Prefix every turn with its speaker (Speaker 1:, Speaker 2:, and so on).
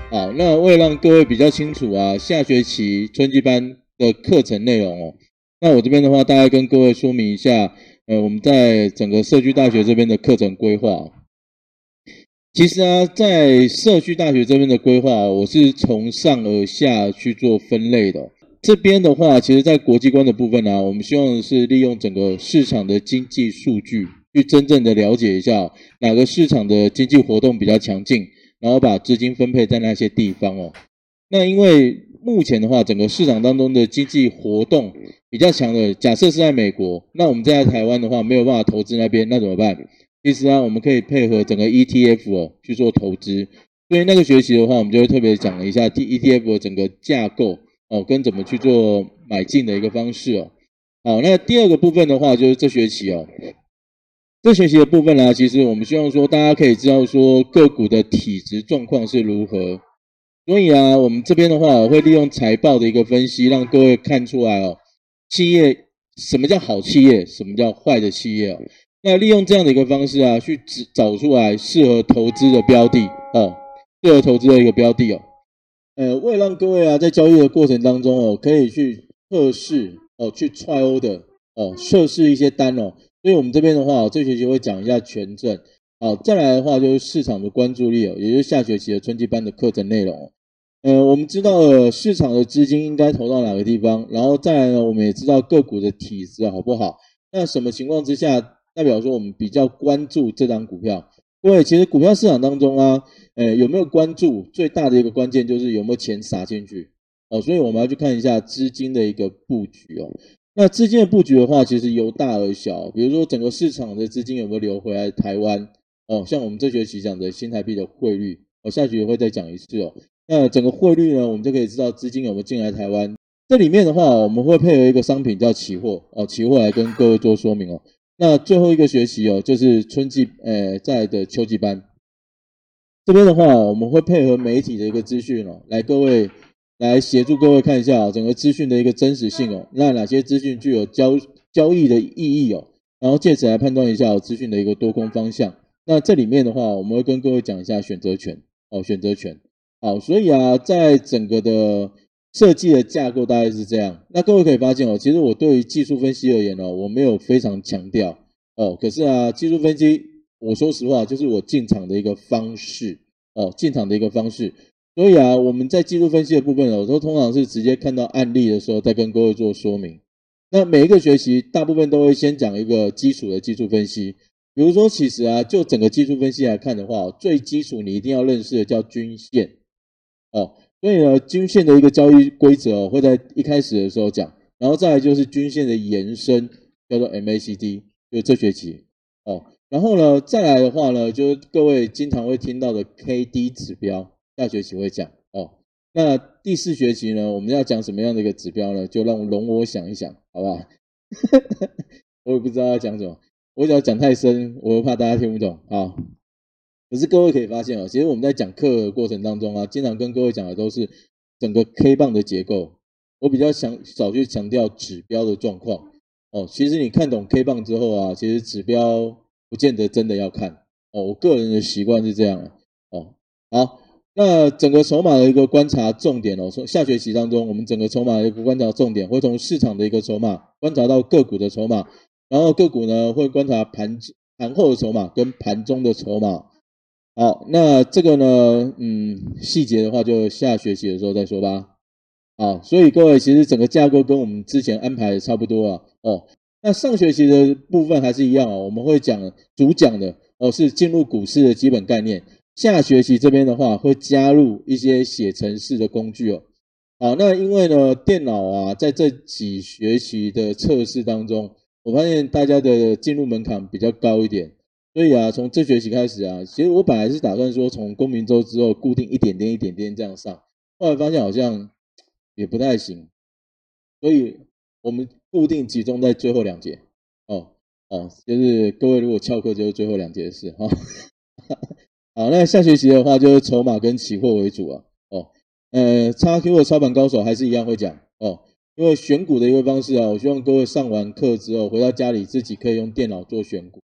Speaker 1: 好，那为了让各位比较清楚啊，下学期春季班的课程内容哦，那我这边的话，大概跟各位说明一下，我们在整个社区大学这边的课程规划。其实啊，在社区大学这边的规划，我是从上而下去做分类的。这边的话，其实在国际观的部分呢，我们希望是利用整个市场的经济数据，去真正的了解一下哪个市场的经济活动比较强劲，然后把资金分配在那些地方哦。那因为目前的话，整个市场当中的经济活动比较强的，假设是在美国，那我们在台湾的话没有办法投资那边，那怎么办？其实啊，我们可以配合整个 ETF 哦去做投资。所以那个学期的话，我们就会特别讲了一下 ETF 的整个架构哦，跟怎么去做买进的一个方式哦。好，那第二个部分的话，就是这学期哦，这学期的部分呢，其实我们希望说大家可以知道说个股的体质状况是如何。所以啊，我们这边的话，我会利用财报的一个分析，让各位看出来哦，企业什么叫好企业，什么叫坏的企业哦。那利用这样的一个方式啊，去找出来适合投资的标的哦，适合投资的一个标的哦。为了让各位啊在交易的过程当中哦，可以去测试哦，去 try order 哦，测试一些单哦。所以我们这边的话，这学期会讲一下权证。好，再来的话就是市场的关注力哦，也就是下学期的春季班的课程内容。我们知道了市场的资金应该投到哪个地方，然后再来呢，我们也知道个股的体质好不好。那什么情况之下代表说我们比较关注这张股票？各位，其实股票市场当中啊，有没有关注最大的一个关键就是有没有钱撒进去哦，所以我们要去看一下资金的一个布局哦。那资金的布局的话，其实由大而小，比如说整个市场的资金有没有流回来台湾哦，像我们这学期讲的新台币的汇率，我下学期会再讲一次哦。那整个汇率呢，我们就可以知道资金有没有进来台湾。这里面的话，我们会配合一个商品叫期货哦，期货来跟各位做说明哦。那最后一个学期哦，就是春季再来的秋季班。这边的话，我们会配合媒体的一个资讯哦，来协助各位看一下整个资讯的一个真实性哦。那哪些资讯具有交易的意义哦？然后借此来判断一下资讯的一个多空方向。那这里面的话，我们会跟各位讲一下选择权哦，选择权。好，所以啊，在整个的设计的架构大概是这样。那各位可以发现哦，其实我对于技术分析而言哦，我没有非常强调哦。可是啊，技术分析，我说实话，就是我进场的一个方式哦，进场的一个方式。所以啊，我们在技术分析的部分哦，都通常是直接看到案例的时候再跟各位做说明。那每一个学期大部分都会先讲一个基础的技术分析，比如说其实啊，就整个技术分析来看的话，最基础你一定要认识的叫均线。哦，所以呢，均线的一个交易规则哦，会在一开始的时候讲，然后再来就是均线的延伸，叫做 MACD，就是这学期哦。然后呢，再来的话呢，就是各位经常会听到的 KD 指标，下学期会讲哦。那第四学期呢，我们要讲什么样的一个指标呢？就容我想一想，好不好？我也不知道要讲什么，我只要讲太深，我怕大家听不懂。好。可是各位可以发现哦，其实我们在讲课的过程当中啊，经常跟各位讲的都是整个 K 棒的结构。我比较少去强调指标的状况哦。其实你看懂 K 棒之后啊，其实指标不见得真的要看哦。我个人的习惯是这样哦。好，那整个筹码的一个观察重点哦，下学期当中，我们整个筹码的一个观察重点会从市场的一个筹码观察到个股的筹码，然后个股呢会观察盘后的筹码跟盘中的筹码。好，那这个呢，细节的话就下学期的时候再说吧。好，所以各位其实整个架构跟我们之前安排的差不多啊。哦，那上学期的部分还是一样哦，我们会主讲的哦是进入股市的基本概念。下学期这边的话会加入一些写程式的工具哦。好，那因为呢电脑啊在这几学期的测试当中，我发现大家的进入门槛比较高一点。所以啊，从这学期开始啊，其实我本来是打算说从公民周之后固定一点点这样上，后来发现好像也不太行，所以我们固定集中在最后2节哦。就是各位如果翘课就是最后2节的事哈。好，那下学期的话就是筹码跟期货为主啊。XQ 的操盘高手还是一样会讲哦，因为选股的一个方式啊，我希望各位上完课之后回到家里自己可以用电脑做选股。